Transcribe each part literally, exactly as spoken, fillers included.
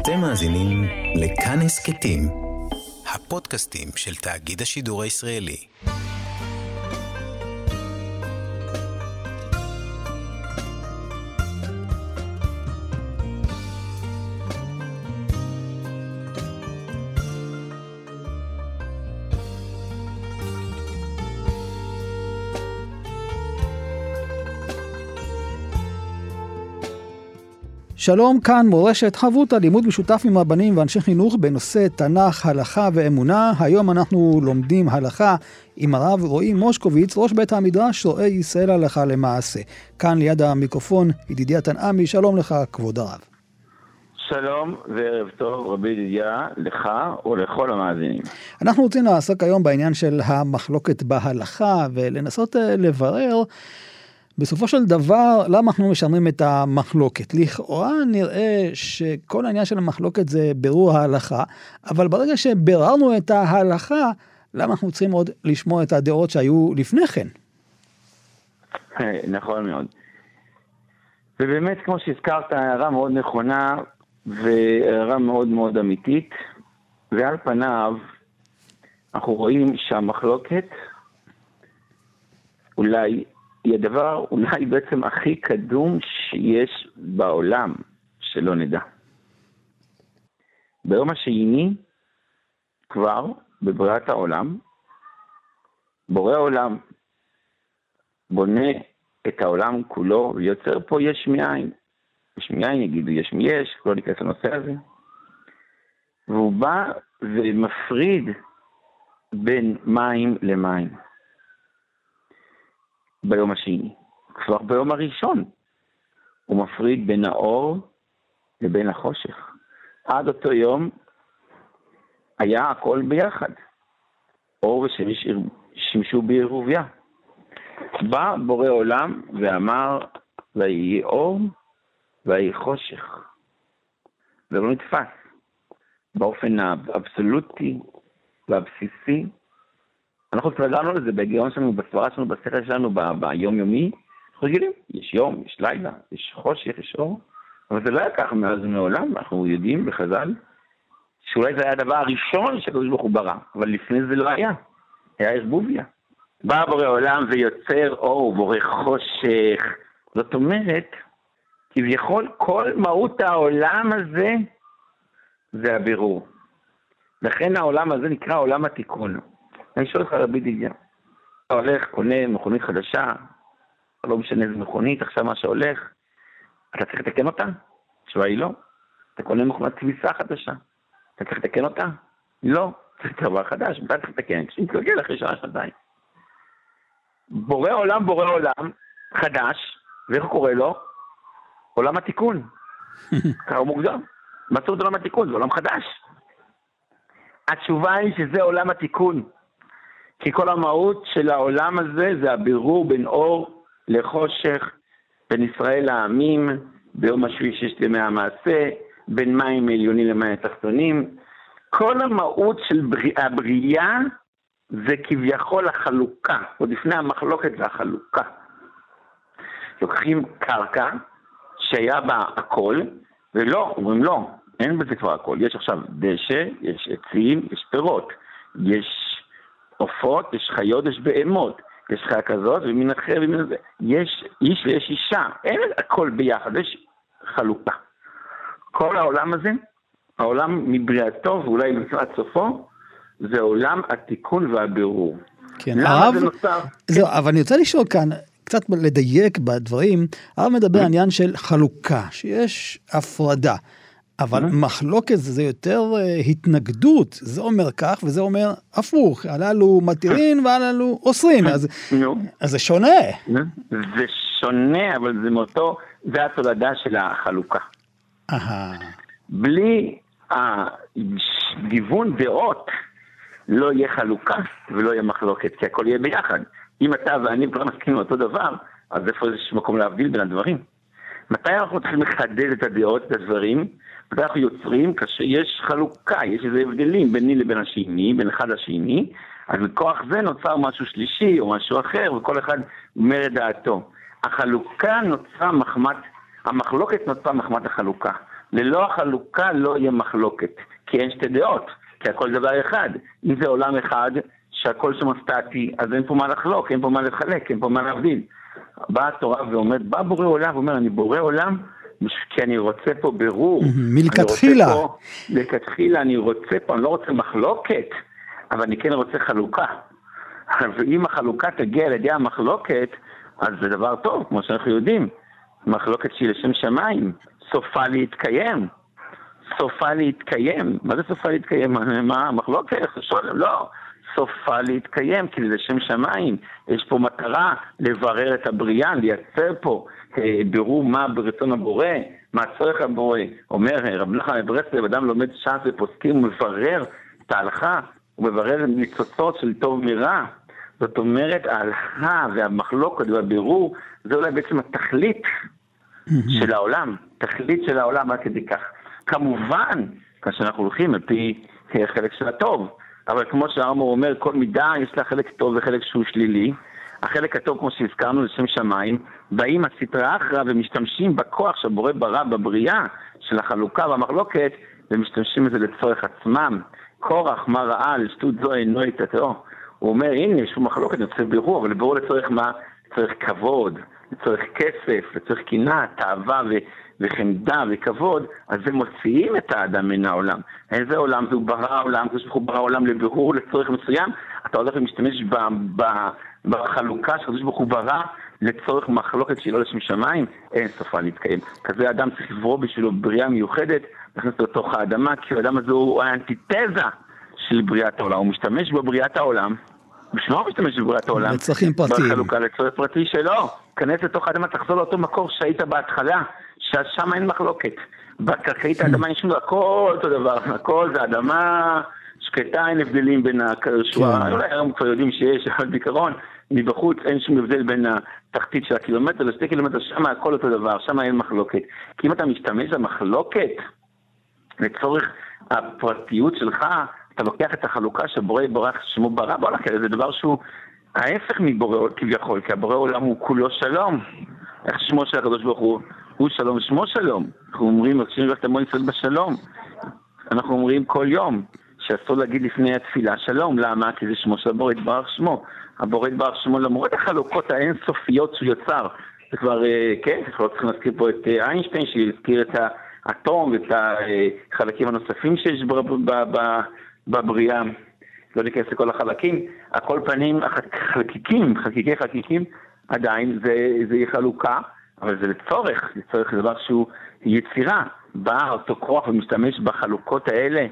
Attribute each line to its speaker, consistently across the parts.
Speaker 1: אתם מאזינים לכאן הסכתים, הפודקאסטים של תאגיד השידור הישראלי.
Speaker 2: שלום, כאן מורשת חברותא, לימוד משותף עם רבנים ואנשי חינוך בנושא תנ"ך, הלכה ואמונה. היום אנחנו לומדים הלכה עם הרב רועי מושקוביץ, ראש בית המדרש רואה ישראל הלכה למעשה. כאן ליד המיקרופון ידידיה תנעמי, שלום לך כבוד הרב.
Speaker 3: שלום וערב טוב רבי ידידיה, לך ולכל המאזינים.
Speaker 2: אנחנו רוצים לעסוק היום בעניין של המחלוקת בהלכה ולנסות לברר בסופו של דבר, למה אנחנו משמרים את המחלוקת? לכאורה נראה שכל העניין של המחלוקת זה בירור ההלכה, אבל ברגע שביררנו את ההלכה, למה אנחנו צריכים עוד לשמוע את הדעות שהיו לפני כן?
Speaker 3: נכון מאוד. ובאמת, כמו שהזכרת, הערה מאוד נכונה, והערה מאוד מאוד אמיתית, ועל פניו, אנחנו רואים שהמחלוקת אולי היא הדבר אולי בעצם הכי קדום שיש בעולם, שלא נדע. ביום השני, כבר בבריאת העולם, בורא העולם בונה את העולם כולו, ויוצר פה יש מאין. יש מאין, יגידו יש מיש, לא ניכנס לנושא הזה. והוא בא ומפריד בין מים למים. ביום השני. כבר ביום הראשון הוא מפריד בין האור לבין החושך. עד אותו יום היה הכל ביחד. אור ושמש שימשו בערבוביה. בא בורא עולם ואמר ויהי אור ויהי חושך. זה לא נתפס. באופן האבסולוטי והבסיסי. אנחנו התרגלנו לזה בהגיון שלנו, בסברה שלנו, בשכל שלנו, ביום-יומי. אנחנו רגילים, יש יום, יש לילה, יש חושך, יש אור. אבל זה לא היה כך מאז ומעולם. אנחנו יודעים בחז"ל שאולי זה היה הדבר הראשון שהקדוש ברוך הוא ברא, אבל לפני זה לא היה. היה ערבוביה. בא בורא עולם ויוצר אור, בורא חושך. זאת אומרת, כביכול כל מהות העולם הזה זה הבירור. לכן העולם הזה נקרא עולם התיקון. אני שואל לך רבי ידידיה, אתה הולך, קונה מכונית חדשה, לא משנה איזה מכונית, עכשיו מה שהולך, אתה צריך לתקן אותה? התשובה היא לא. אתה קונה מכונת כביסה חדשה, אתה צריך לתקן אותה? לא. זה דבר חדש, אתה צריך לתקן, כשנתגלגל אחרי שנה שנתיים. בורא עולם, בורא עולם, חדש, ואיך קורא לו? עולם התיקון. ככה מוגדר. מצאו את עולם התיקון, זה עולם חדש. התשובה היא שזה עולם התיקון. כי כל המהות של העולם הזה זה הבירור בין אור לחושך, בין ישראל לעמים, ביום השביעי ששת ימי המעשה, בין מים עליונים למים התחתונים. כל המהות של בריאה, הבריאה זה כביכול החלוקה, עוד לפני המחלוקת זה החלוקה. לוקחים קרקע שהיה בה הכל, ולא, אומרים לא, אין בזה כבר הכל. יש עכשיו דשא, יש עצים, יש פירות, יש עופות, יש חיות, יש בהמות, יש חיה כזאת ומין אחר ומין הזה. יש איש ויש אישה, אין הכל ביחד, יש חלוקה. כל העולם הזה, העולם מבריאתו ואולי מצוות סופו, זה עולם התיקון והבירור.
Speaker 2: כן, הרב, זהו, אבל אני רוצה לשאול כאן, קצת לדייק בדברים, הרב מדבר על עניין של חלוקה, שיש הפרדה. אבל מחלוקת זה יותר התנגדות, זה אומר כך וזה אומר הפוך, הללו מתירים והללו אוסרים, אז זה שונה.
Speaker 3: זה שונה, אבל זה מאותו, זה התולדה של החלוקה. בלי גיוון דעות לא יהיה חלוקה ולא יהיה מחלוקת, כי הכל יהיה ביחד. אם אתה ואני כבר מסכימים אותו דבר, אז איפה יש מקום להבדיל בין הדברים? מתי אנחנו צריכים לחדד את הדעות, את הדברים? מתי אנחנו יוצרים כשיש חלוקה, יש איזה הבדלים ביני לבין השני, בין אחד לשני, אז בכוח זה נוצר משהו שלישי או משהו אחר, וכל אחד אומר את דעתו. החלוקה נוצרה מחמת, המחלוקת נוצרה מחמת החלוקה. ללא החלוקה לא יהיה מחלוקת, כי אין שתי דעות, כי הכל דבר אחד. אם זה עולם אחד, שהכל שם סטטי, אז אין פה מה לחלוק, אין פה מה לחלק, אין פה מה להבדיל. באה התורה ואומרת, בא בורא עולם, ואומר, אני בורא עולם, כי אני רוצה פה ברור.
Speaker 2: מלכתחילה.
Speaker 3: מלכתחילה אני רוצה פה, אני לא רוצה מחלוקת, אבל אני כן רוצה חלוקה. ואם החלוקה תגיע לידי המחלוקת, אז זה דבר טוב, כמו שאנחנו יודעים. מחלוקת שהיא לשם שמיים, סופה להתקיים. סופה להתקיים. מה זה סופה להתקיים? מה? מחלוקת? לא. סופה להתקיים, כי זה לשם שמיים. יש פה מטרה לברר את הבריאה, לייצר פה ברור מה ברצון הבורא, מה צורך הבורא. אומר רב נחמן מברסלב, אדם לומד ש"ס ופוסקים, הוא מברר את ההלכה, הוא מברר ניצוצות של טוב מרע. זאת אומרת, ההלכה והמחלוקת והבירור, זה אולי בעצם התכלית של העולם, תכלית של העולם עד כדי כך. כמובן, כאשר אנחנו הולכים על פי חלק של הטוב, אבל כמו שהרמב"ם אומר, כל מידה יש לה חלק טוב וחלק שהוא שלילי. החלק הטוב, כמו שהזכרנו, לשם שמיים, באים הסתרא אחרא ומשתמשים בכוח שהבורא ברא בבריאה של החלוקה והמחלוקת, ומשתמשים בזה לצורך עצמם. קורח, מה ראה, לשטות זו אינו יתתו. הוא אומר, הנה, יש פה מחלוקת, אני רוצה בירור, אבל בירור לצורך מה? לצורך כבוד, לצורך כסף, לצורך קנאה, תאווה ו... וחמדה וכבוד, אז זה מוציאים את האדם מן העולם. איזה עולם? זהו ברא העולם, זה שהוא ברא העולם לבירור לצורך מסוים, אתה הולך ומשתמש ב... ב... בחלוקה שקדוש ברוך הוא ברא לצורך מחלוקת שהיא לא לשם שמיים, אין סופה להתקיים. כזה אדם צריך לברוא בשבילו בריאה מיוחדת, נכנס לתוך האדמה, כי האדם הזה הוא האנטיתזה של בריאת העולם. הוא משתמש בבריאת העולם, בשביל מה הוא משתמש בבריאת העולם?
Speaker 2: לצרכים פרטיים.
Speaker 3: בחלוקה לצורך פרטי שלו. כנס לתוך האדמה, תחזור לאותו מקור שהיית בהתחלה, ששם אין מחלוקת. בקרקעית האדמה יש לנו הכל אותו דבר, הכל זה אדמה שקטה, אין הבדלים בין הקרשועה, אולי היום כבר יודעים שיש, אבל בעיקרון, מבחוץ אין שום הבדל בין התחתית של הקילומטר לשתי קילומטר, שם הכל אותו דבר, שם אין מחלוקת. כי אם אתה משתמש במחלוקת לצורך הפרטיות שלך, אתה לוקח את החלוקה שבורא ברך שמו ברא, בוא לכם, זה דבר שהוא ההפך מבורא כביכול, כי הבורא עולם הוא כולו שלום. איך שמו של הקדוש ברוך הוא? הוא שלום, שמו שלום. אנחנו אומרים, כשאני הולך תמון ישראל בשלום, אנחנו אומרים כל יום, שאסור להגיד לפני התפילה שלום. למה? כי זה שמו של הבורא יתברך שמו. הבורא יתברך שמו למרות החלוקות האינסופיות שהוא יוצר. זה כבר, כן, אנחנו צריכים להזכיר פה את איינשטיין, שהזכיר את האטום ואת החלקים הנוספים שיש בבריאה. לא ניכנס לכל החלקים. הכל פנים, חלקיקים, חלקיקי חלקיקים, עדיין זה, זה חלוקה, אבל זה לצורך, לצורך דבר שהוא יצירה. בא אותו כוח ומשתמש בחלוקות האלה,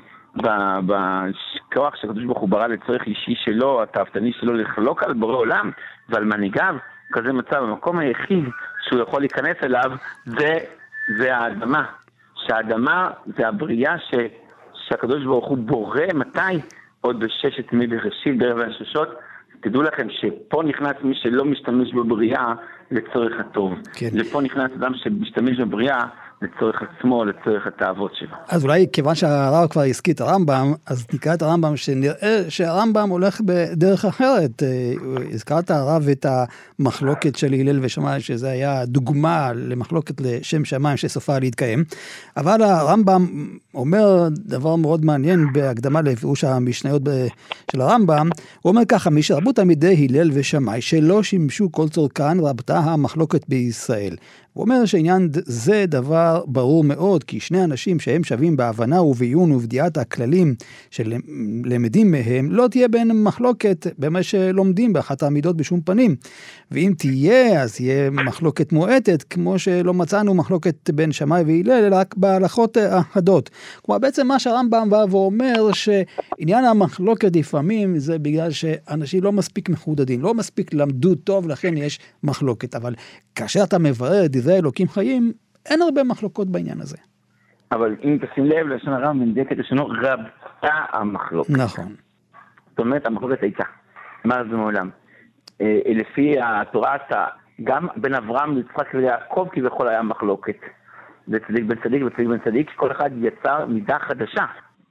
Speaker 3: בכוח שהקדוש ברוך הוא ברא לצורך אישי שלו, התאוותני שלו, לחלוק על בורא עולם ועל מנהיגיו. כזה מצב, המקום היחיד שהוא יכול להיכנס אליו זה, זה האדמה. שהאדמה זה הבריאה ש, שהקדוש ברוך הוא בורא מתי? עוד בששת ימי בראשית בערב הששות. תדעו לכם שפה נכנס מי שלא משתמש בבריאה לצורך הטוב. כן. לפה נכנס אדם שמשתמש בבריאה לצורך עצמו, לצורך התאוות שלו.
Speaker 2: אז אולי כיוון שהרב כבר הזכיר את הרמב"ם, אז נקרא את הרמב"ם שנראה שהרמב"ם הולך בדרך אחרת. הזכרת הרב את המחלוקת של הלל ושמאי, שזה היה דוגמה למחלוקת לשם שמיים שסופה להתקיים. אבל הרמב"ם אומר דבר מאוד מעניין בהקדמה לפירוש המשניות של הרמב"ם. הוא אומר ככה, משרבו תלמידי הלל ושמאי שלא שימשו כל צורכן רבתה המחלוקת בישראל. הוא אומר שעניין זה דבר ברור מאוד, כי שני אנשים שהם שווים בהבנה ובעיון ובדיעת הכללים שלמדים מהם, לא תהיה בין מחלוקת במה שלומדים באחת העמידות בשום פנים. ואם תהיה, אז יהיה מחלוקת מועטת, כמו שלא מצאנו מחלוקת בין שמאי והלל, אלא רק בהלכות אחדות. כלומר, בעצם מה שהרמב"ם בא ואומר, שעניין המחלוקת לפעמים זה בגלל שאנשים לא מספיק מחודדים, לא מספיק למדו טוב, לכן יש מחלוקת. אבל כאשר אתה מברר את דברי אלוקים חיים, אין הרבה מחלוקות בעניין הזה.
Speaker 3: אבל אם תשים לב, לשון הרמב"ם מדייק את לשונו, רבתה המחלוקת.
Speaker 2: נכון.
Speaker 3: זאת אומרת, המחלוקת הייתה. מה זה מעולם? לפי התורה, גם בין אברהם ליצחק ויעקב כביכול היה מחלוקת. זה צדיק בן צדיק וצדיק בן צדיק, כל אחד יצר מידה חדשה.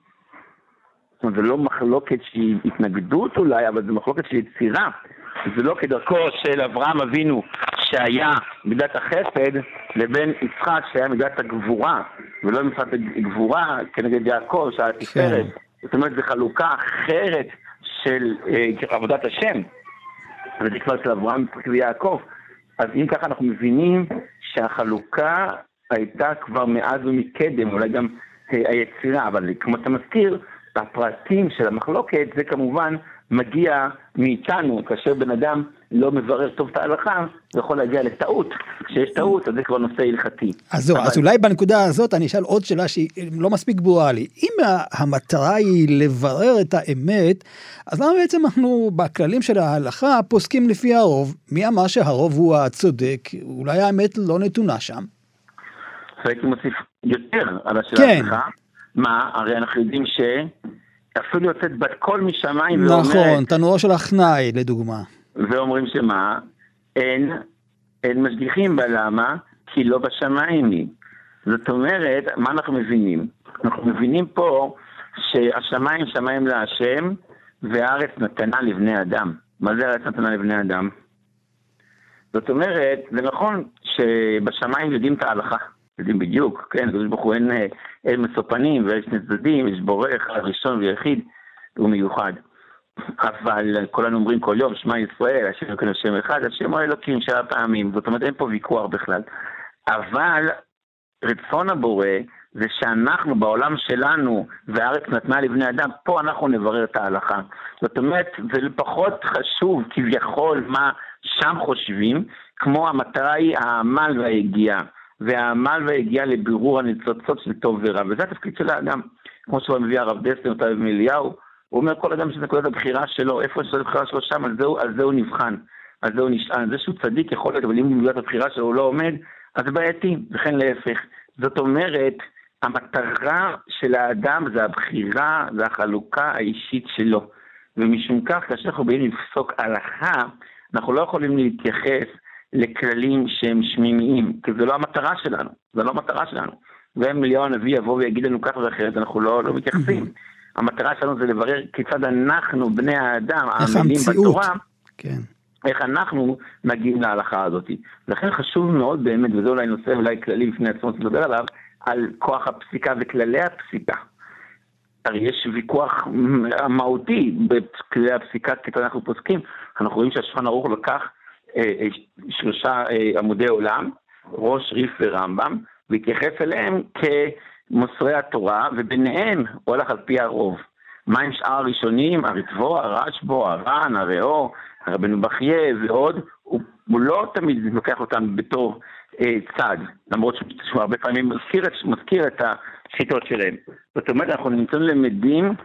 Speaker 3: זאת אומרת, זה לא מחלוקת שהיא התנגדות אולי, אבל זה מחלוקת של יצירה. זה לא כדרכו של אברהם אבינו, שהיה מידת החסד לבין יצחק שהיה מידת הגבורה, ולא מידת הגבורה כנגד יעקב שהיה תפארת. זאת אומרת, זו חלוקה אחרת של אה, עבודת השם. וזה כבר של אברהם ויעקב. אז אם ככה אנחנו מבינים שהחלוקה הייתה כבר מאז ומקדם, אולי גם היצירה, אבל כמו אתה מזכיר, הפרטים של המחלוקת זה כמובן מגיע מאיתנו, כאשר בן אדם לא מברר טוב את ההלכה, זה יכול להגיע לטעות. כשיש טעות, אז זה כבר נושא הלכתי.
Speaker 2: אז זהו,
Speaker 3: אבל...
Speaker 2: אז אולי בנקודה הזאת אני אשאל עוד שאלה שהיא לא מספיק ברורה לי. אם המטרה היא לברר את האמת, אז למה בעצם אנחנו בכללים של ההלכה פוסקים לפי הרוב? מי אמר שהרוב הוא הצודק? אולי האמת לא נתונה שם?
Speaker 3: הייתי מוסיף יותר על השאלה
Speaker 2: כן.
Speaker 3: שלך. מה? הרי אנחנו יודעים שאפילו יוצאת בת קול משמיים
Speaker 2: נכון,
Speaker 3: ואומרת...
Speaker 2: תנורו של החנאי לדוגמה.
Speaker 3: ואומרים שמה? אין, אין משגיחים בה, למה? כי לא בשמיים היא. זאת אומרת, מה אנחנו מבינים? אנחנו מבינים פה שהשמיים שמיים להשם, והארץ נתנה לבני אדם. מה זה הארץ נתנה לבני אדם? זאת אומרת, זה נכון שבשמיים יודעים את ההלכה. יודעים בדיוק, כן, הקדוש ברוך הוא אין, אין מסופנים ויש שני צדדים, יש בורא אחד ראשון ויחיד, הוא מיוחד. אבל כולנו אומרים כל יום, שמע ישראל, השם אלוקים השם אחד, השם אלוקים שבע פעמים, זאת אומרת אין פה ויכוח בכלל. אבל רצון הבורא זה שאנחנו בעולם שלנו, והארץ נתנה לבני אדם, פה אנחנו נברר את ההלכה. זאת אומרת, זה פחות חשוב כביכול מה שם חושבים, כמו המטרה היא העמל וההגיעה. והעמל והגיע לבירור הניצוצות של טוב ורע, וזה התפקיד של האדם. כמו שהוא מביא הרב דסלר, אותה במיליהו, הוא אומר כל אדם שזה נקודת הבחירה שלו, איפה שזה הבחירה שלו שם, על זה, על זה הוא נבחן, על זה הוא נשען, זה שהוא צדיק יכול להיות, אבל אם נקודת הבחירה שלו הוא לא עומד, אז זה בעייתי, וכן להפך. זאת אומרת, המטרה של האדם זה הבחירה, זה החלוקה האישית שלו. ומשום כך, כאשר אנחנו באים לפסוק הלכה, אנחנו לא יכולים להתייחס לכללים שהם שמימיים, כי זה לא המטרה שלנו, זה לא המטרה שלנו. והם אליהו הנביא יבוא ויגיד לנו כך ואחרת, אנחנו לא, לא מתייחסים. המטרה שלנו זה לברר כיצד אנחנו, בני האדם, העמלים בתורה,
Speaker 2: כן.
Speaker 3: איך אנחנו מגיעים להלכה הזאת. לכן חשוב מאוד באמת, וזה אולי נושא אולי כללי לפני עצמו לדבר עליו, על כוח הפסיקה וכללי הפסיקה. הרי יש ויכוח מהותי בכללי הפסיקה, כיצד אנחנו פוסקים. אנחנו רואים שהשולחן ערוך לקח שלושה עמודי עולם, ראש, ריף ורמב"ם, והתייחס אליהם כמוסרי התורה, וביניהם הוא הולך על פי הרוב. מה עם שאר הראשונים? הריטב"א, הרשב"א, הר"ן, הראו, רבנו בחייה ועוד, הוא, הוא לא תמיד לוקח אותם בתור אה, צד, למרות שהוא הרבה פעמים מזכיר, מזכיר את השיטות שלהם. זאת אומרת, אנחנו נמצאים למדים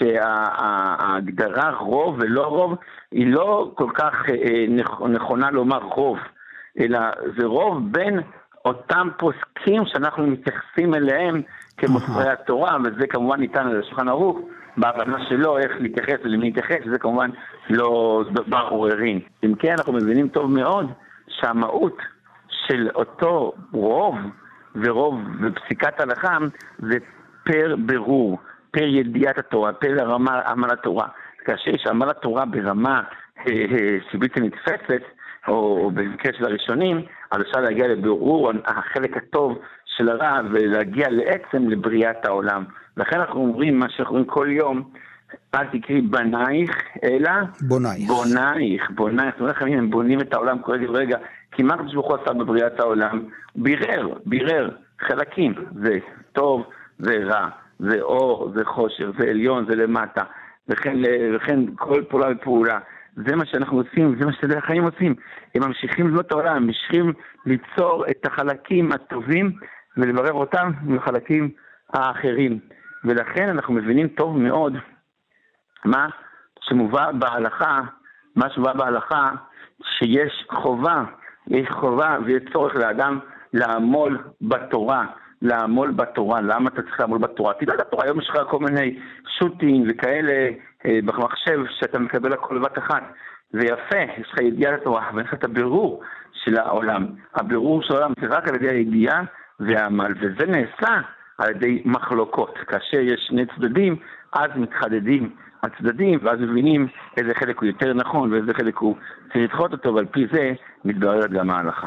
Speaker 3: שההגדרה רוב ולא רוב, היא לא כל כך אה, נכונה לומר רוב, אלא זה רוב בין אותם פוסקים שאנחנו מתייחסים אליהם כמוסרי התורה, וזה כמובן ניתן על השולחן ערוך, בהבנה שלו איך להתייחס ולמי להתייחס, וזה כמובן לא דבר עוררין. אם כן, אנחנו מבינים טוב מאוד שהמהות של אותו רוב ורוב בפסיקת הלכה זה פר ברור, פר ידיעת התורה, פר הרמה, עמל התורה. כאשר יש עמל התורה ברמה שבלתי נתפסת, או במקרה של הראשונים, אז אפשר להגיע לבירור החלק הטוב של הרע, ולהגיע לעצם לבריאת העולם. לכן אנחנו אומרים מה שאנחנו אומרים כל יום, אל תקרי בנייך, אלא
Speaker 2: בונייך.
Speaker 3: בונייך, בונייך. זאת אומרת, הם בונים את העולם כל רגע ורגע, כי מה הקדוש ברוך הוא עשה בבריאת העולם? בירר, בירר, חלקים, זה טוב, זה רע, זה אור, זה חושר, זה עליון, זה למטה, וכן, וכן כל פעולה ופעולה. זה מה שאנחנו עושים, זה מה שתדעי החיים עושים. הם ממשיכים לבנות העולם, הם ממשיכים ליצור את החלקים הטובים, ולברר אותם מהחלקים האחרים. ולכן אנחנו מבינים טוב מאוד מה שמובא בהלכה, מה שמובא בהלכה, שיש חובה, יש חובה ויש צורך לאדם לעמול בתורה, לעמול בתורה. למה אתה צריך לעמול בתורה? תדע את התורה, היום יש לך כל מיני שוטים וכאלה אה, במחשב שאתה מקבל הכל בבת אחת. זה יפה, יש לך ידיעת התורה, ויש לך את הבירור של העולם. הבירור של העולם זה רק על ידי הידיעה והעמל, וזה נעשה על ידי מחלוקות. כאשר יש שני צדדים, אז מתחדדים הצדדים, ואז מבינים איזה חלק הוא יותר נכון, ואיזה חלק הוא צריך לדחות אותו, ועל פי זה מתבררת גם ההלכה.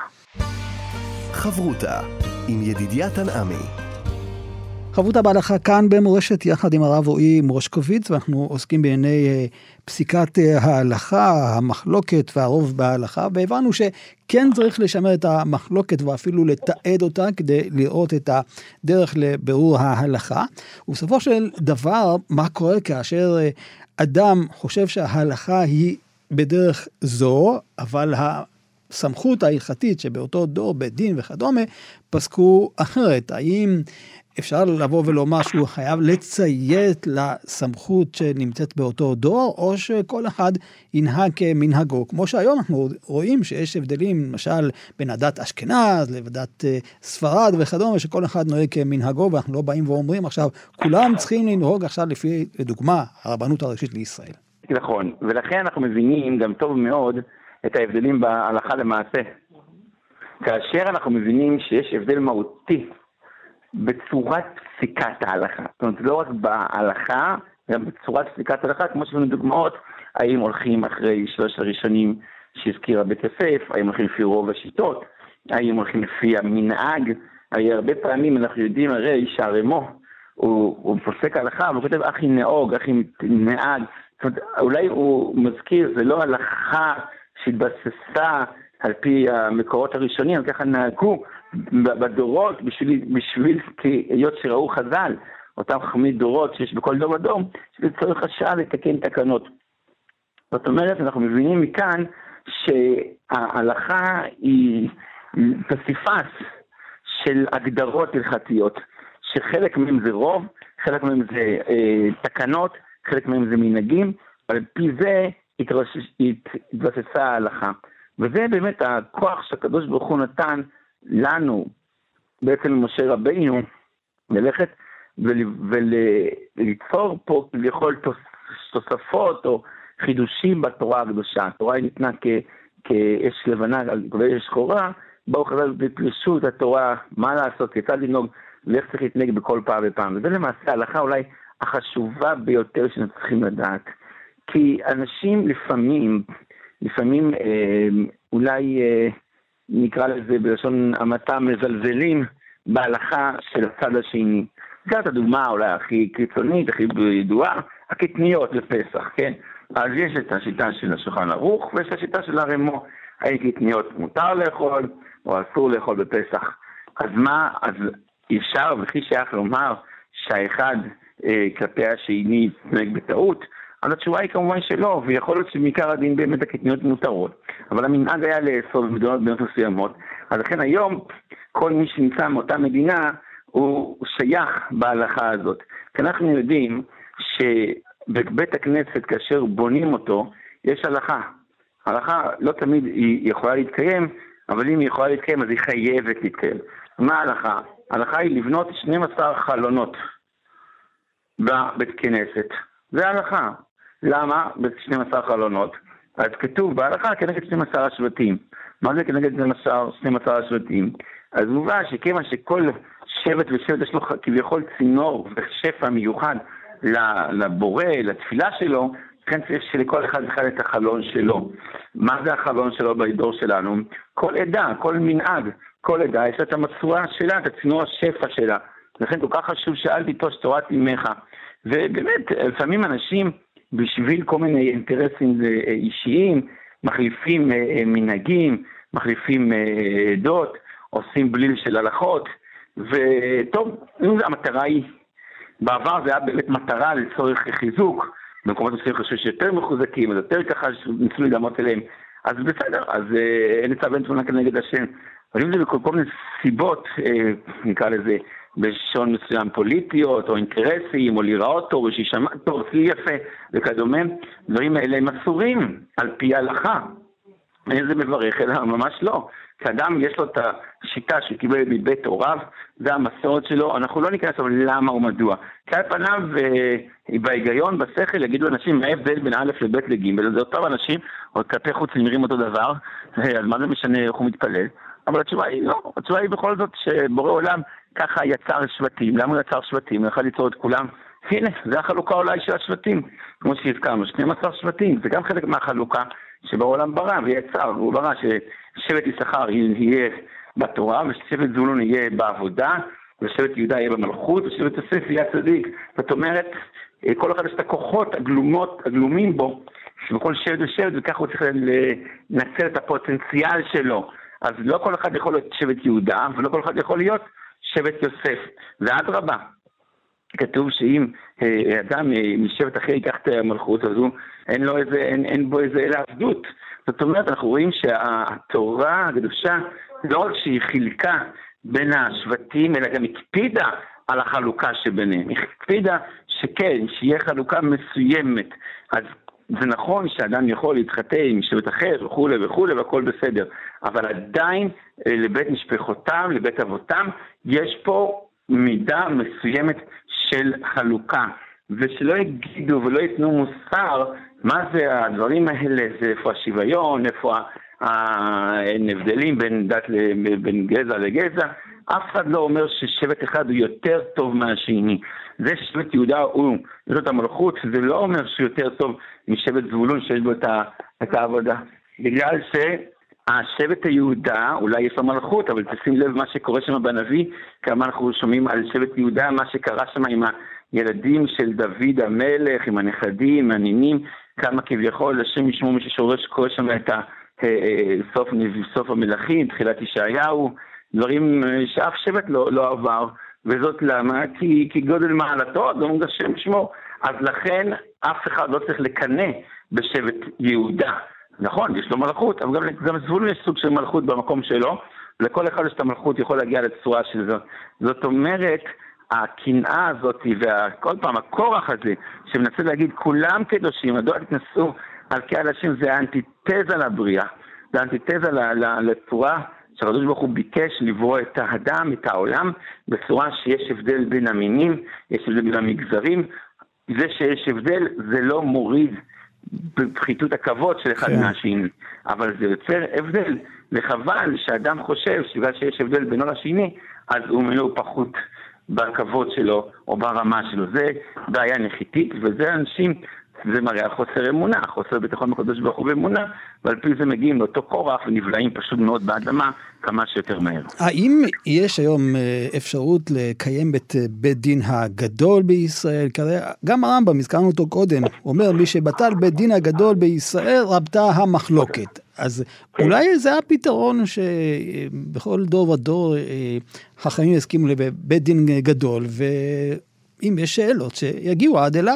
Speaker 4: חברותה עם ידידיה תנעמי.
Speaker 2: חברותה בהלכה כאן במורשת יחד עם הרב רועי מורשקוביץ, ואנחנו עוסקים בענייני פסיקת ההלכה, המחלוקת והרוב בהלכה, והבנו שכן צריך לשמר את המחלוקת ואפילו לתעד אותה כדי לראות את הדרך לבירור ההלכה. ובסופו של דבר, מה קורה כאשר אדם חושב שההלכה היא בדרך זו, אבל הסמכות ההלכתית שבאותו דור, בית דין וכדומה, פסקו אחרת? האם אפשר לבוא ולומר שהוא חייב לציית לסמכות שנמצאת באותו דור, או שכל אחד ינהג כמנהגו? כמו שהיום אנחנו רואים שיש הבדלים, למשל, בין הדת אשכנז לדת ספרד וכדומה, שכל אחד נוהג כמנהגו, ואנחנו לא באים ואומרים עכשיו, כולם צריכים לנהוג עכשיו לפי, לדוגמה, הרבנות הראשית לישראל.
Speaker 3: נכון, ולכן אנחנו מבינים גם טוב מאוד את ההבדלים בהלכה למעשה. כאשר אנחנו מבינים שיש הבדל מהותי בצורת פסיקת ההלכה. זאת אומרת, לא רק בהלכה, גם בצורת פסיקת ההלכה, כמו שבנו דוגמאות, האם הולכים אחרי שלוש הראשונים שהזכירה בית יוסף, האם הולכים לפי רוב השיטות, האם הולכים לפי המנהג. הרי הרבה פעמים אנחנו יודעים הרי שהרמו, הוא, הוא פוסק ההלכה, אבל הוא כותב אחי נהוג, אחי נהג. זאת אומרת, אולי הוא מזכיר, זה לא הלכה שהתבססה על פי המקורות הראשונים, אבל ככה נהגו בדורות, בשביל, בשביל כהיות שראו חז"ל, אותם חמי דורות שיש בכל דור ודור, שצריך השעה לתקן תקנות. זאת אומרת, אנחנו מבינים מכאן שההלכה היא פסיפס של הגדרות הלכתיות, שחלק מהם זה רוב, חלק מהם זה אה, תקנות, חלק מהם זה מנהגים, אבל פי זה התבססה ההלכה. וזה באמת הכוח שהקדוש ברוך הוא נתן לנו, בעצם משה רבינו, ללכת וליצור פה כביכול תוספות או חידושים בתורה הקדושה. התורה היא ניתנה כאש לבנה ואש שחורה, באו חז"ל ופרשו את התורה, מה לעשות, כיצד לנהוג, ואיך צריך להתנהג בכל פעם ופעם. וזה למעשה ההלכה אולי החשובה ביותר שאנחנו צריכים לדעת. כי אנשים לפעמים, לפעמים אה, אולי אה, נקרא לזה בלשון המעטה מזלזלים בהלכה של הצד השני. זאת הדוגמה אולי הכי קיצונית, הכי ידועה, הקטניות לפסח, כן? אז יש את השיטה של השולחן ערוך ויש את השיטה של הרמו. האם קטניות מותר לאכול או אסור לאכול בפסח? אז מה, אז אפשר וכי שייך לומר שהאחד אה, כלפי השני יתנהג בטעות? אז התשובה היא כמובן שלא, ויכול להיות שמעיקר הדין באמת הקטניות מותרות. אבל המנהג היה לאסור במדינות בין מסוימות. אז לכן היום כל מי שנמצא מאותה מדינה הוא שייך בהלכה הזאת. כי אנחנו יודעים שבבית הכנסת כאשר בונים אותו יש הלכה. ההלכה לא תמיד היא יכולה להתקיים, אבל אם היא יכולה להתקיים אז היא חייבת להתקיים. מה ההלכה? ההלכה היא לבנות שנים עשר חלונות בבית כנסת. זה ההלכה. למה? ב-שנים עשר חלונות. אז כתוב בהלכה כנגד שנים עשר השבטים. מה זה כנגד שנים עשר השבטים? אז מובן שכיוון שכל שבט ושבט יש לו כביכול צינור ושפע מיוחד לבורא, לתפילה שלו, כן צריך שלכל אחד אחד את החלון שלו. מה זה החלון שלו בדור שלנו? כל עדה, כל מנהג, כל עדה יש את המצורה שלה, את הצינור השפע שלה. לכן כל כך חשוב שאלתי תוש תורת אמך. ובאמת, לפעמים אנשים בשביל כל מיני אינטרסים אישיים, מחליפים מנהגים, מחליפים עדות, עושים בליל של הלכות, וטוב, המטרה היא, בעבר זה היה באמת מטרה לצורך חיזוק, במקומות מסוימים חשוב שיותר מחוזקים, אז יותר ככה שניסו להידמות אליהם, אז בסדר, אז אין לצע בין תמונה כנגד השם, אבל אם זה בכל כל מיני סיבות, נקרא לזה, בשעון מסוים פוליטיות, או אינטרסים, או לראות טוב, או שישמע טוב, צלי יפה, וכדומה, דברים האלה הם אסורים על פי ההלכה. אין זה מברך, אלא ממש לא. כאדם יש לו את השיטה שקיבל מבית הוריו, זה המסורת שלו, אנחנו לא ניכנס אבל למה ומדוע. כי על פניו, בהיגיון, בשכל, יגידו אנשים, מה ההבדל בין א' לב' לג', זה אותם אנשים, או כלפי חוץ נראים אותו דבר, אז מה זה משנה איך הוא מתפלל? אבל התשובה היא לא, התשובה היא בכל זאת שבורא עולם ככה יצר שבטים. למה הוא יצר שבטים? הוא יכול ליצור את כולם. הנה, זה החלוקה אולי של השבטים. כמו שהזכרנו, שנים עשר שבטים. זה גם חלק מהחלוקה שבעולם ברא ויצר. הוא ברא ששבט יששכר יהיה בתורה, ושבט זבולון יהיה בעבודה, ושבט יהודה יהיה במלכות, ושבט יוסף יהיה צדיק. זאת אומרת, כל אחד יש את הכוחות הגלומות, הגלומים בו, שבכל שבט ושבט, וכך הוא צריך לנצל את הפוטנציאל שלו. אז לא כל אחד יכול להיות שבט יהודה, ולא כל אחד יכול להיות שבט יוסף. ועד רבה, כתוב שאם אדם משבט אחר ייקח את המלכות הזו, אין, לו איזה, אין, אין בו איזה אלה עבדות. זאת אומרת, אנחנו רואים שהתורה הקדושה, לא רק שהיא חילקה בין השבטים, אלא גם הקפידה על החלוקה שביניהם. היא הקפידה שכן, שיהיה חלוקה מסוימת. אז זה נכון שאדם יכול להתחתן עם שבט אחר וכו' וכו' והכל בסדר. אבל עדיין לבית משפחותם, לבית אבותם, יש פה מידה מסוימת של חלוקה. ושלא יגידו ולא יתנו מוסר מה זה הדברים האלה, זה איפה השוויון, איפה ההבדלים בין דת, בין גזע לגזע. אף אחד לא אומר ששבט אחד הוא יותר טוב מהשני. זה ששבט יהודה הוא, יש לו את המלכות, זה לא אומר שהוא יותר טוב משבט זבולון שיש בו את העבודה. בגלל שהשבט היהודה, אולי יש לו מלכות, אבל תשים לב מה שקורה שם בנביא, כמה אנחנו שומעים על שבט יהודה, מה שקרה שם עם הילדים של דוד המלך, עם הנכדים, הנינים, כמה כביכול, השם ישמעו מי ששורש קורא שם את סוף, סוף המלכים, תחילת ישעיהו, דברים שאף שבט לא, לא עבר, וזאת למה? כי, כי גודל מעלתו, לא מוגשם שמו. אז לכן אף אחד לא צריך לקנא בשבט יהודה. נכון, יש לו מלכות, אבל גם, גם זבולון יש סוג של מלכות במקום שלו, לכל אחד יש את המלכות יכול להגיע לצורה של זאת. זאת אומרת, הקנאה הזאת, וכל פעם הקורח הזה, שמנסה להגיד כולם קדושים, מדוע תתנסו על קהל השם, זה האנטיתזה לבריאה, זה האנטיתזה לצורה, שהקדוש ברוך הוא ביקש לברוא את האדם, את העולם, בצורה שיש הבדל בין המינים, יש הבדל בין המגזרים. זה שיש הבדל, זה לא מוריד בפחיתות הכבוד של אחד מהשני, אבל זה יוצר הבדל, וחבל שאדם חושב שבגלל שיש הבדל בינו לשני, אז הוא מלא פחות בכבוד שלו או ברמה שלו. זה בעיה נחיתית, וזה אנשים, זה מראה חוסר אמונה, חוסר ביטחון בקדוש ברוך הוא באמונה, ועל פי זה מגיעים לאותו קורח ונבלעים פשוט מאוד באדמה כמה שיותר מהר.
Speaker 2: האם יש היום אפשרות לקיים את בית דין הגדול בישראל? גם הרמב"ם, הזכרנו אותו קודם, אומר מי שבטל בית דין הגדול בישראל רבתה המחלוקת. אז אולי זה הפתרון שבכל דור ודור חכמים הסכימו לבית דין גדול, ואם יש שאלות שיגיעו עד אליו.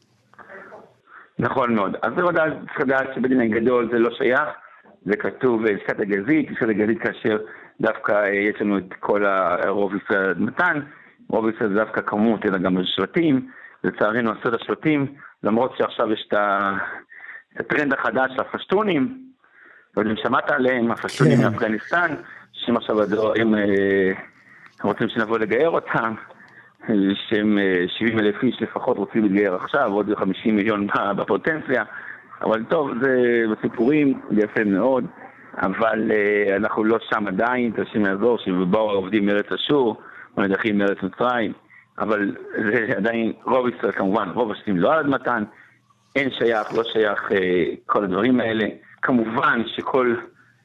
Speaker 3: נכון מאוד. אז זה ודאי צריך לדעת שבית דין הגדול זה לא שייך, זה כתוב פסקת הגזית, פסקת הגזית כאשר דווקא יש לנו את כל הרוב ישראל מתן, רוב ישראל זה דווקא כמות, אלא גם השבטים, לצערנו עשרת השבטים, למרות שעכשיו יש את הטרנד החדש של הפשטונים, ואם שמעת עליהם, הפשטונים מאפגניסטן, שהם עכשיו הם רוצים שנבוא לגייר אותם, שהם שבעים אלף איש לפחות רוצים להתגייר עכשיו, עוד חמישים מיליון בפוטנציה, אבל טוב, זה בסיפורים, זה יפה מאוד, אבל אנחנו לא שם עדיין, תרשים לעזור, שבאו העובדים מארץ אשור, מנדחים מארץ מצרים, אבל זה עדיין רוב ישראל כמובן, רוב השנים לא על מתן, אין שייך, לא שייך כל הדברים האלה, כמובן שכל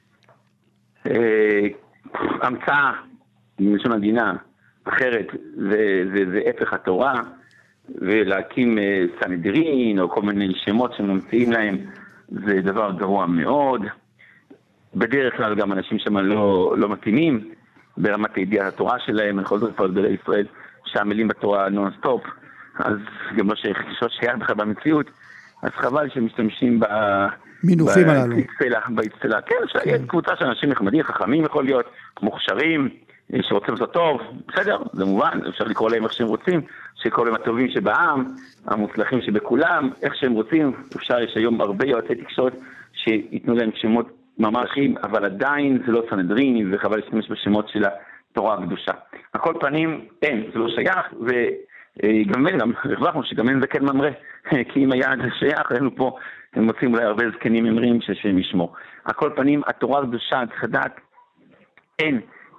Speaker 3: אה, המצאה מלשון המדינה אחרת זה, זה, זה הפך התורה, ולהקים אה, סנהדרין או כל מיני שמות שממציאים להם זה דבר גרוע מאוד. בדרך כלל גם אנשים שם לא, לא מתאימים ברמת הידיעת התורה שלהם, בכל זאת כבר גדולי ישראל שהמילים בתורה נון-סטופ, אז גם לא שייך בכלל במציאות, אז חבל שמשתמשים ב...
Speaker 2: מינופים הללו.
Speaker 3: באצטלה, כן, יש קבוצה של אנשים נחמדים, חכמים יכול להיות, מוכשרים, שרוצים לעשות טוב, בסדר, זה מובן, אפשר לקרוא להם איך שהם רוצים, שכל הם הטובים שבעם, המוצלחים שבכולם, איך שהם רוצים, אפשר, יש היום הרבה יועצי תקשורת שיתנו להם שמות ממשים, אבל עדיין זה לא סנהדרין, וחבל להשתמש בשמות של התורה הקדושה. הכל פנים, אין, זה לא שייך, וגם גם הרווחנו שגם אין זה כן ממרא, כי אם היה זה שייך, היינו פה, הם מוצאים אולי הרבה זקנים ממרים ששם ישמור. הכל פנים, התורה הקדושה, צריך לדעת, אין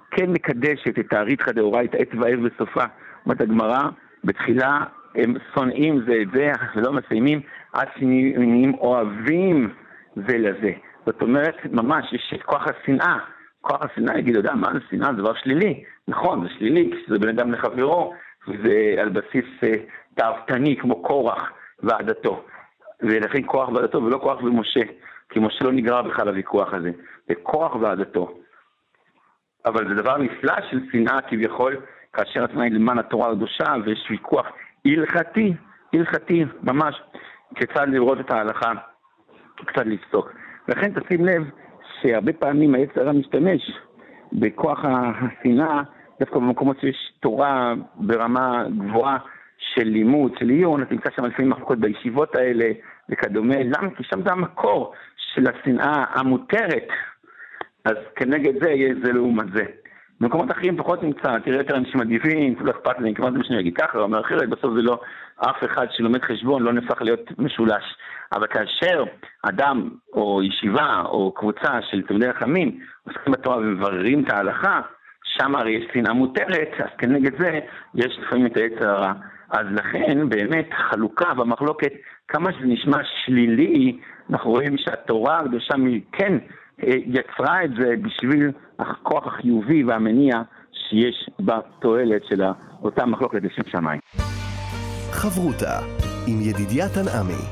Speaker 3: כן מקדשת את האריתחא דאורייתא, עת ואב בסופה. אומרת הגמרא, בתחילה הם שונאים זה את זה, ולא מסיימים, עד שנהיים אוהבים זה לזה. זאת אומרת, ממש, יש את כוח השנאה. כוח השנאה יגיד, יודע, מה זה שנאה? זה דבר שלילי. נכון, זה שלילי, כשזה בן אדם לחברו, וזה על בסיס אה, תאוותני, כמו קורח ועדתו. ולכן כוח ועדתו ולא כוח ומשה, כי משה לא נגרע בכלל הוויכוח הזה. זה כוח ועדתו. אבל זה דבר נפלא של שנאה כביכול, כאשר התנאי למען התורה הקדושה, ויש ויכוח הלכתי, הלכתי, ממש, כיצד לראות את ההלכה, קצת לפסוק. לכן תשים לב שהרבה פעמים היצר הרע משתמש בכוח השנאה, דווקא במקומות שיש תורה ברמה גבוהה של לימוד, של עיון, אתה נמצא שם לפעמים מחלוקות בישיבות האלה וכדומה, למה? כי שם זה המקור של השנאה המותרת, אז כנגד זה יהיה זה לעומת זה. במקומות אחרים פחות נמצא, תראה יותר אנשים עדיפים, לא אכפת להם, כמעט זה משנה, יגיד ככה, או אומר אחרת, בסוף זה לא, אף אחד שלומד חשבון לא נפח להיות משולש. אבל כאשר אדם או ישיבה או קבוצה של תלמידי חכמים עוסקים בתורה ומבררים את ההלכה, שם הרי יש שנאה מותרת, אז כנגד זה יש לפעמים את היצר הרע. אז לכן באמת חלוקה במחלוקת, כמה שזה נשמע שלילי, אנחנו רואים שהתורה הקדושה כן יצרה את זה בשביל הכוח החיובי והמניע שיש בתועלת של אותה מחלוקת לשם שמיים.
Speaker 4: חברותה עם ידידיה תנעמי.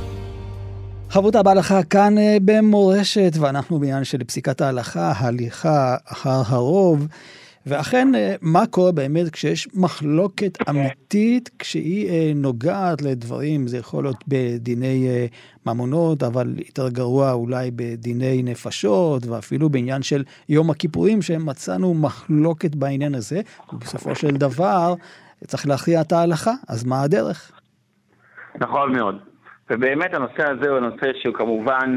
Speaker 2: חברותה בהלכה כאן במורשת, ואנחנו בעניין של פסיקת ההלכה, הליכה אחר הרוב, ואכן מה קורה באמת כשיש מחלוקת אמיתית, כשהיא נוגעת לדברים, זה יכול להיות בדיני ממונות, אבל יותר גרוע אולי בדיני נפשות, ואפילו בעניין של יום הכיפורים, שמצאנו מחלוקת בעניין הזה, ובסופו של דבר צריך להכריע את ההלכה, אז מה הדרך?
Speaker 3: נכון מאוד. ובאמת הנושא הזה הוא הנושא שהוא כמובן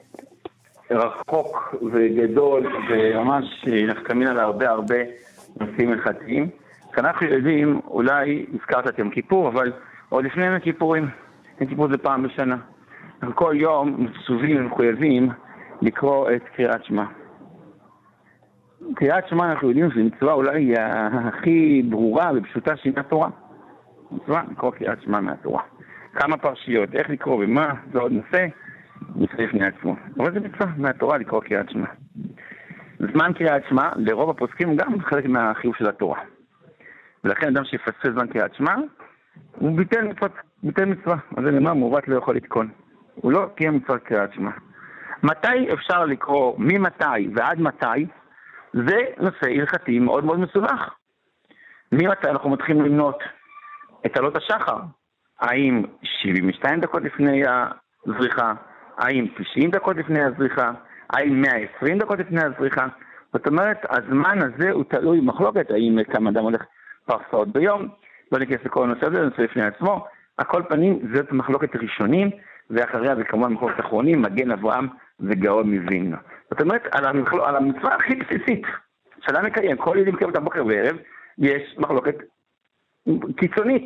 Speaker 3: רחוק וגדול וממש נחכמין על הרבה הרבה נושאים הלכתיים. אנחנו יודעים, אולי הזכרת את יום כיפור, אבל עוד לפני יום הכיפורים, יום כיפור זה פעם בשנה. אנחנו כל יום מצווים ומחויבים לקרוא את קריאת שמע. קריאת שמע אנחנו יודעים שזו מצווה אולי הכי ברורה ופשוטה שהיא מהתורה. מצווה, לקרוא קריאת שמע מהתורה. כמה פרשיות, איך לקרוא ומה, זה עוד נושא, נושא לפני עצמו. אבל זה מצווה מהתורה לקרוא קריאת שמע. זמן קריאת שמע, לרוב הפוסקים גם חלק מהחיוב של התורה. ולכן אדם שיפספס זמן קריאת שמע, הוא ביטל מצוות, ביטל מצווה. אז זה נאמר, מעוות לא יכול לתקון. הוא לא קיים מצוות קריאת שמע. מתי אפשר לקרוא, ממתי ועד מתי, זה נושא הלכתי מאוד מאוד מסובך. ממתי אנחנו מתחילים למנות את עלות השחר? האם שבעים ושתיים דקות לפני הזריחה? האם תשעים דקות לפני הזריחה? האם מאה ועשרים דקות לפני הזריחה? זאת אומרת, הזמן הזה הוא תלוי במחלוקת, האם כמה אדם הולך פרסאות ביום, לא ניכנס לכל הנושא הזה, נושא לפני עצמו. הכל פנים, זאת מחלוקת ראשונים, ואחריה זה כמובן מחלוקת אחרונים, מגן אברהם וגאון מווילנה. זאת אומרת, על, המחל... על המצווה הכי בסיסית, שאדם מקיים, כל יום מקיים אותה בוקר וערב, יש מחלוקת קיצונית.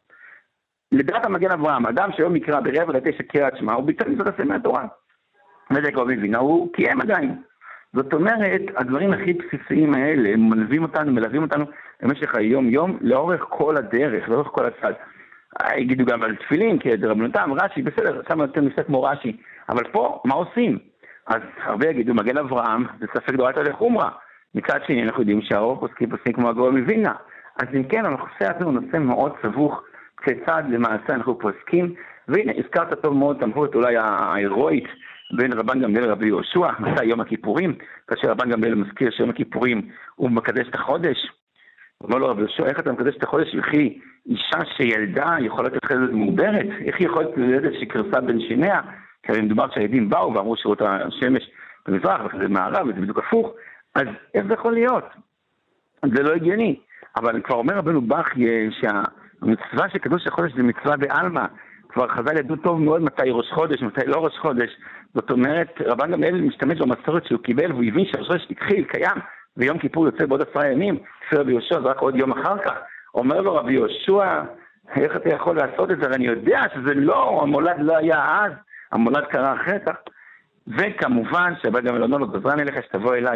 Speaker 3: לדעת המגן אברהם, אדם שהיום מקרא ברבע לתשע קריאת שמע, הוא ביטל מצוות עשה מהתורה. וזה גאון מווילנה, הוא קיים עדיין. זאת אומרת, הדברים הכי בסיסיים האלה, הם מלווים אותנו, מלווים אותנו במשך היום-יום, לאורך כל הדרך, לאורך כל הצד. יגידו גם על תפילין, כי דרבנותם, רש"י, בסדר, שם יותר נושא כמו רש"י. אבל פה, מה עושים? אז הרבה יגידו, מגן אברהם, זה ספק דורייתא לחומרא. מצד שני, אנחנו יודעים שהרוב פוסקים פוסקים כמו הגאון מווילנה. אז אם כן, הנושא הזה הוא נושא מאוד סבוך, כיצד למעשה אנחנו פוסקים, והנה, הזכרת טוב מאוד, תמכות אולי ההירואית, בין רבן גמליאל לרבי יהושע, מתי יום הכיפורים, כאשר רבן גמליאל מזכיר שיום הכיפורים הוא מקדש את החודש. הוא אומר לו, רבי יהושע, איך אתה מקדש את החודש? וכי אישה שילדה יכולה להיות חסד מעוברת? איך היא יכולה להיות שקרסה בין שיניה? כי הרי מדובר שהילדים באו ואמרו שירות השמש במזרח, וזה מערב, וזה בדיוק הפוך. אז איך זה יכול להיות? זה לא הגיוני. אבל כבר אומר רבנו בכי שהמצווה של קדוש החודש זה מצווה בעלמא. כבר חז"ל ידעו טוב מאוד מתי ראש חודש, מתי לא ראש חודש. זאת אומרת, רבן גמליאל משתמש במסורת שהוא קיבל, והוא הבין שהראש חודש התחיל, קיים, ויום כיפור יוצא בעוד עשרה ימים, לפי רבי יהושע, זה רק עוד יום אחר כך. אומר לו רבי יהושע, איך אתה יכול לעשות את זה? אני יודע שזה לא, המולד לא היה אז, המולד קרה אחר כך. וכמובן, שרבן גמליאל אומר לו, גזרני לך שתבוא אליי,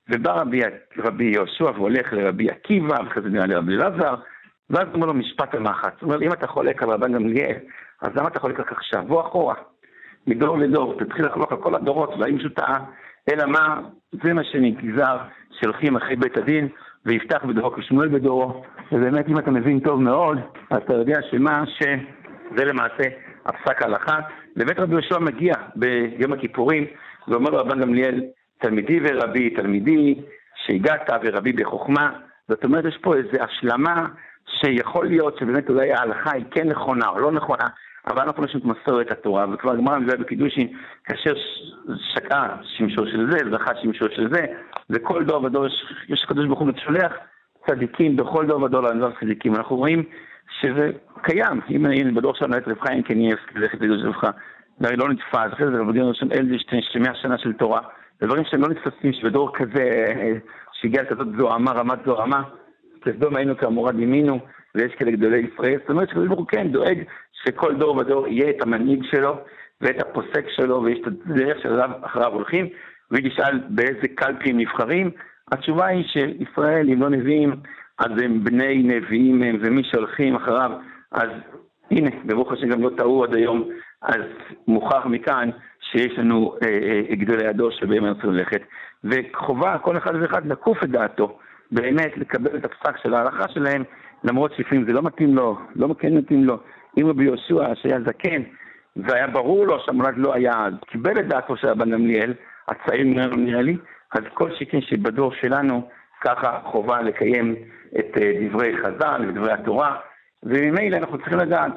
Speaker 3: ובא רבי, רבי יהושע והולך לרבי עקיבא, ואחרי זה נראה לרבי אלעזר, ואז אומר לו משפט המחץ. הוא אומר, אם אתה חולק על רבן גמליאל, אז למה אתה חולק על כך שבוע אחורה? מדור לדור, תתחיל לחלוק על כל הדורות, והאם שהוא טעה, אלא מה, זה מה שנגזר, שהולכים אחרי בית הדין, ויפתח בדורו כשמואל בדורו, ובאמת אם אתה מבין טוב מאוד, אז אתה יודע שמה שזה למעשה הפסק ההלכה. לבית רבי יהושע מגיע ביום הכיפורים, ואומר לו רבן גמליאל, תלמידי ורבי, תלמידי, שהגעת ורבי בחוכמה. זאת אומרת, יש פה איזו השלמה שיכול להיות שבאמת אולי ההלכה היא כן נכונה או לא נכונה, אבל אנחנו פשוט מסורת התורה, וכבר גמרא מביאה בקידושין, כאשר שקעה שמשו של זה, זכה שמשו של זה, וכל דור ודור יש, יש הקדוש ברוך הוא שולח צדיקים, בכל דור ודור לנזר צדיקים. אנחנו רואים שזה קיים. אם אני בדור שלנו את רב חיים קניאבסקי, זכר צדיק לברכה, זה הרי לא נתפס, אחרי זה רבי ראשון אלדשטיין, שמאה שנה של תורה, דברים שהם לא נתפסים, שבדור כזה, שהגיע לכזאת זוהמה, רמת זוהמה, כסדום היינו כמורד ימינו, ויש כאלה גדולי ישראל. זאת אומרת שקדוש ברוך הוא כן דואג שכל דור ודור יהיה את המנהיג שלו, ואת הפוסק שלו, ויש את הדרך שאחריו הולכים, ותשאל באיזה קלפים נבחרים. התשובה היא שישראל, אם לא נביאים, אז הם בני נביאים הם, ומי שהולכים אחריו, אז הנה, ברוך השם גם לא טעו עד היום, אז מוכח מכאן שיש לנו אה, אה, גדולי הדור שבהם אנחנו ללכת, וחובה כל אחד ואחד לקוף את דעתו, באמת לקבל את הפסק של ההלכה שלהם, למרות שלפעמים זה לא מתאים לו, לא כן מתאים לו. אם רבי יהושע שהיה זקן, והיה ברור לו שהמולד לא היה, קיבל את דעתו של רבן גמליאל, הצעיר נראה לי, אז כל שכן שבדור שלנו, ככה חובה לקיים את דברי חז"ל ודברי התורה, וממילא אנחנו צריכים לדעת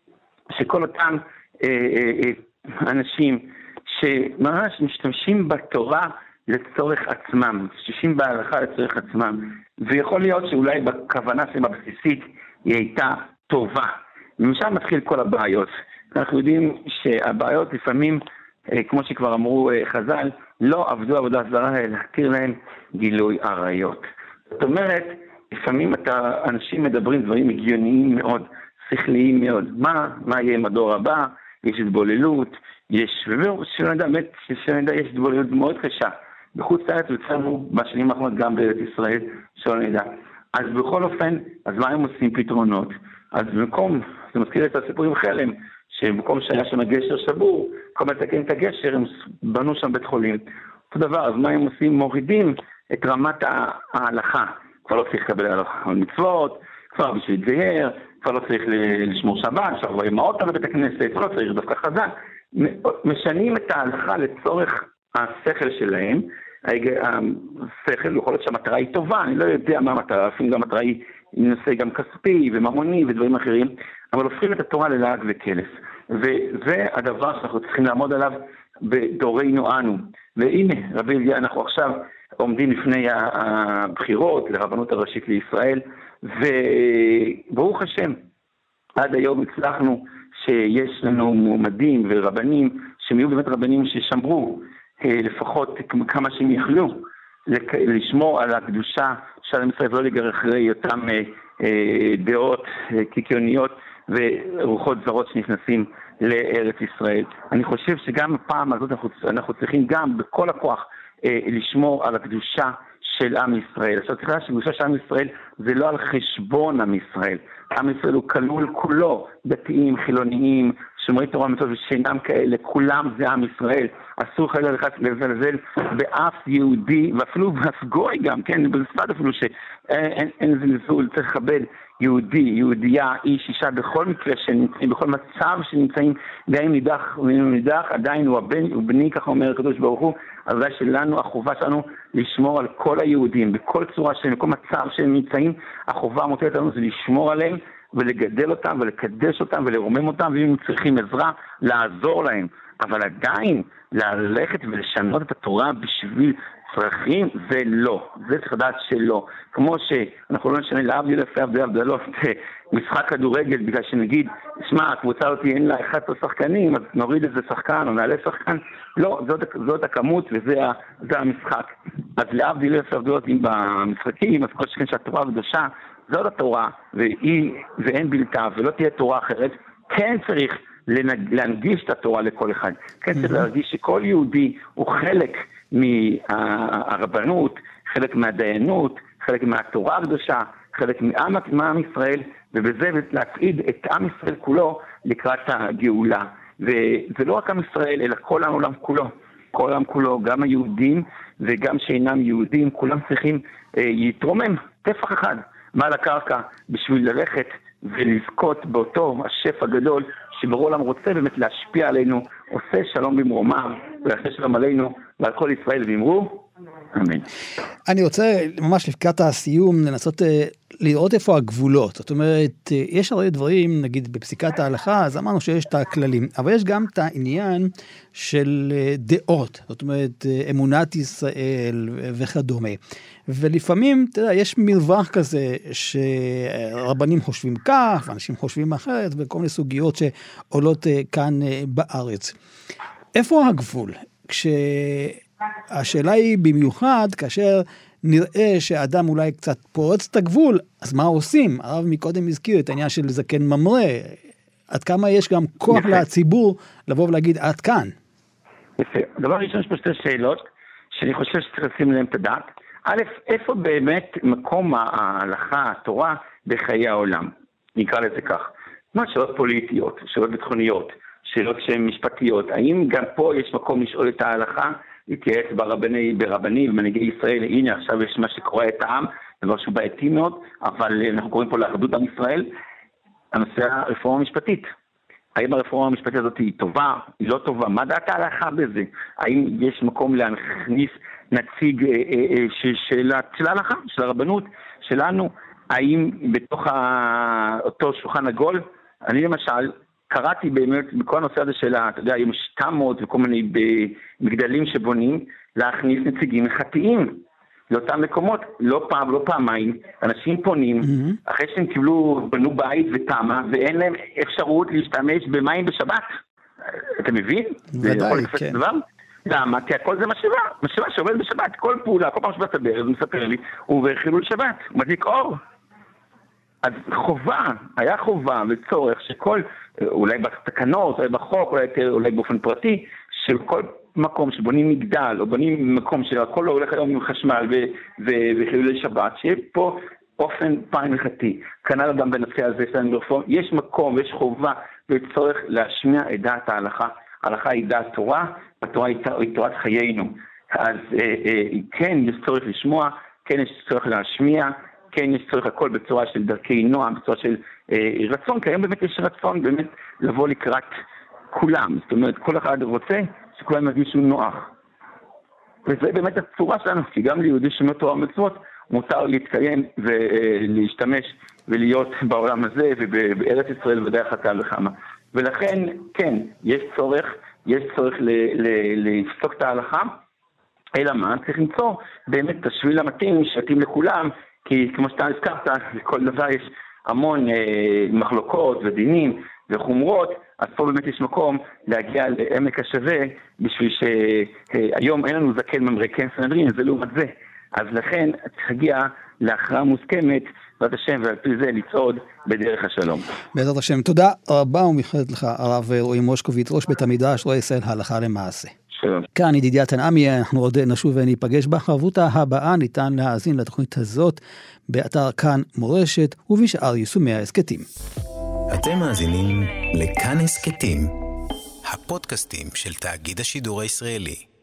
Speaker 3: שכל אותם אה, אה, אה, אנשים שממש משתמשים בתורה לצורך עצמם, משתמשים בהלכה לצורך עצמם, ויכול להיות שאולי בכוונה שהם הבסיסית היא הייתה טובה. ומשם מתחיל כל הבעיות. אנחנו יודעים שהבעיות לפעמים, אה, כמו שכבר אמרו אה, חז"ל, לא עבדו עבודה זרה, אלא להתיר להם גילוי עריות. זאת אומרת, לפעמים אתה, אנשים מדברים דברים הגיוניים מאוד, שכליים מאוד. מה, מה יהיה עם הדור הבא? יש התבוללות, יש, ושלא נדע, באמת, שלא נדע, יש התבוללות מאוד קשה. בחוץ לארץ וצאנו בשנים האחרונות גם בארץ ישראל, שלא נדע. אז בכל אופן, אז מה הם עושים פתרונות? אז במקום, זה מזכיר את הסיפור עם חלם, שבמקום שהיה שם הגשר שבור, במקום לתקן את הגשר, הם בנו שם בית חולים. אותו דבר, אז מה הם עושים? מורידים את רמת ההלכה. כבר לא צריך לקבל על מצוות, כבר בשביל להתגייר, כבר לא צריך לשמור שבת, עכשיו רואים מה אותה בבית הכנסת, כבר לא צריך דווקא חזק. משנים את ההלכה לצורך השכל שלהם, השכל, יכול להיות שהמטרה היא טובה, אני לא יודע מה המטרה, אפילו גם המטרה היא נושא גם כספי וממוני ודברים אחרים, אבל הופכים את התורה ללעג וקלס. וזה הדבר שאנחנו צריכים לעמוד עליו בדורנו אנו. והנה, רבי אליה, אנחנו עכשיו עומדים לפני הבחירות לרבנות הראשית לישראל, וברוך השם, עד היום הצלחנו שיש לנו מועמדים ורבנים, שהם יהיו באמת רבנים ששמרו, לפחות כמה שהם יכלו, לשמור על הקדושה של עם ישראל ולא לגרר אחרי אותם דעות קיקיוניות ורוחות זרות שנכנסים לארץ ישראל. אני חושב שגם הפעם הזאת אנחנו, אנחנו צריכים גם בכל הכוח לשמור על הקדושה של עם ישראל. עכשיו צריך לדעת שקדושה של עם ישראל זה לא על חשבון עם ישראל. עם ישראל הוא כלול כולו, דתיים, חילוניים, שומרי תורה מצוות ושאינם כאלה, כולם זה עם ישראל. אסור חלילה לחץ לזלזל באף יהודי, ואפילו באף גוי גם, כן, בצפת אפילו שאין אין זלזול, צריך לכבד יהודי, יהודייה, איש, אישה, בכל מקרה שנמצאים, בכל מצב שנמצאים, גם אם נידח, ואם נידח, עדיין הוא הבן, הוא בני, ככה אומר הקדוש ברוך הוא, אז זה שלנו, החובה שלנו לשמור על כל היהודים, בכל צורה שלהם, בכל מצב שהם נמצאים, החובה המוטלת לנו זה לשמור עליהם, ולגדל אותם, ולקדש אותם, ולרומם אותם, ואם הם צריכים עזרה, לעזור להם. אבל עדיין, ללכת ולשנות את התורה בשביל צרכים, זה לא. זה צריך לדעת שלא. כמו שאנחנו לא נשנה להבדיל אלפי הבדל הבדלות משחק כדורגל, בגלל שנגיד, שמע, הקבוצה אותי אין לה אחד או שחקנים, אז נוריד איזה שחקן או נעלה שחקן. לא, זאת, זאת הכמות וזה זה המשחק. אז להבדיל אלפי הבדלות במשחקים, אז כל שכן שהתורה הקדושה, זאת התורה, והיא, ואין בלתה, ולא תהיה תורה אחרת, כן צריך להנגיש את התורה לכל אחד. כן צריך להרגיש שכל יהודי הוא חלק מהרבנות, חלק מהדיינות, חלק מהתורה הקדושה, חלק מעם, מעם ישראל, ובזה להצעיד את עם ישראל כולו לקראת הגאולה. וזה לא רק עם ישראל, אלא כל העולם כולו. כל העם כולו, גם היהודים וגם שאינם יהודים, כולם צריכים אה, להתרומם, טפח אחד, מעל הקרקע, בשביל ללכת ולזכות באותו השפע הגדול, שברור העולם רוצה באמת להשפיע עלינו, עושה שלום במרומיו, ויעשה שלום עלינו ועל כל ישראל, ואמרו, אמן.
Speaker 2: אני רוצה ממש לקראת הסיום לנסות לראות איפה הגבולות. זאת אומרת, יש הרי דברים, נגיד בפסיקת ההלכה, אז אמרנו שיש את הכללים, אבל יש גם את העניין של דעות, זאת אומרת, אמונת ישראל וכדומה. ולפעמים, אתה יודע, יש מרווח כזה שרבנים חושבים כך, ואנשים חושבים אחרת, וכל מיני סוגיות שעולות כאן בארץ. איפה הגבול? כשהשאלה היא במיוחד, כאשר נראה שאדם אולי קצת פורץ את הגבול, אז מה עושים? הרב מקודם הזכיר את העניין של זקן ממרא. עד כמה יש גם כוח יפה. לציבור לבוא ולהגיד עד כאן?
Speaker 3: יפה. דבר ראשון, יש פה שתי שאלות, שאני חושב שצריך לשים להם את הדעת. א', איפה באמת מקום ההלכה, התורה, בחיי העולם? נקרא לזה כך. מה שאלות פוליטיות, שאלות ביטחוניות, שאלות שהן משפטיות. האם גם פה יש מקום לשאול את ההלכה? להתייעץ ברבני, ברבנים, במנהיגי ישראל, הנה עכשיו יש מה שקורה את העם, דבר שהוא בעייתי מאוד, אבל אנחנו קוראים פה לאחדות עם ישראל, הנושא הרפורמה המשפטית. האם הרפורמה המשפטית הזאת היא טובה, היא לא טובה? מה דעת ההלכה בזה? האם יש מקום להכניס נציג אה, אה, של, של, של ההלכה, של הרבנות שלנו? האם בתוך ה, אותו שולחן עגול? אני למשל, קראתי באמת בכל הנושא הזה של, אתה יודע, היום יש תמות וכל מיני מגדלים שבונים, להכניס נציגים מחתיים לאותם מקומות, לא פעם, לא פעמיים, אנשים פונים, mm-hmm. אחרי שהם קיבלו, בנו בית ותמה, ואין להם אפשרות להשתמש במים בשבת. אתה מבין?
Speaker 2: ודאי, כן. דבר?
Speaker 3: למה? כי הכל זה משאבה, משאבה שעובד בשבת, כל פעולה, כל פעם שבאת לדבר, זה מספר לי, הוא חילול שבת, הוא מדליק אור. אז חובה, היה חובה וצורך שכל, אולי בתקנות, אולי בחוק, אולי, אולי באופן פרטי, שכל מקום שבונים מגדל, או בונים מקום שהכל לא הולך היום עם חשמל וחילולי שבת, שיהיה פה אופן פעם הלכתי. כנ"ל גם בנושא הזה שלנו ברפורמה, יש מקום ויש חובה וצורך להשמיע את דעת ההלכה. ההלכה היא דעת תורה, התורה היא תורת חיינו. אז אה, אה, כן, יש צורך לשמוע, כן יש צורך להשמיע, כן יש צורך הכל בצורה של דרכי נועם, בצורה של אה, רצון, כי היום באמת יש רצון באמת לבוא לקראת כולם. זאת אומרת, כל אחד רוצה שכולם ירגישו נוח. וזה באמת הצורה שלנו, כי גם ליהודי שומר תורה ומצוות, מותר להתקיים ולהשתמש ולהיות בעולם הזה ובארץ ישראל ודרך הקהל וכמה. ולכן, כן, יש צורך, יש צורך לפסוק את ההלכה, אלא מה? צריך למצוא באמת את השביל המתאים שיתאים לכולם, כי כמו שאתה הזכרת, לכל דבר יש המון אה, מחלוקות ודינים וחומרות, אז פה באמת יש מקום להגיע לעמק השווה, בשביל שהיום אין לנו זקן ממרא כן סנהדרין, זה לעומת זה. אז לכן צריך להגיע להכרעה מוסכמת, בעזרת השם, ועל פי זה לצעוד בדרך השלום.
Speaker 2: בעזרת השם, תודה רבה ומייחדת לך הרב רועי מושקוביץ, ראש בית המדרש רואה ישראל הלכה למעשה.
Speaker 3: שלום.
Speaker 2: כאן ידידיה תנעמי, אנחנו עוד נשוב וניפגש בחברותא הבאה, ניתן להאזין לתוכנית הזאת באתר כאן מורשת ובשאר יישומי ההסכתים.
Speaker 1: אתם מאזינים לכאן הסכתים, הפודקאסטים של תאגיד השידור הישראלי.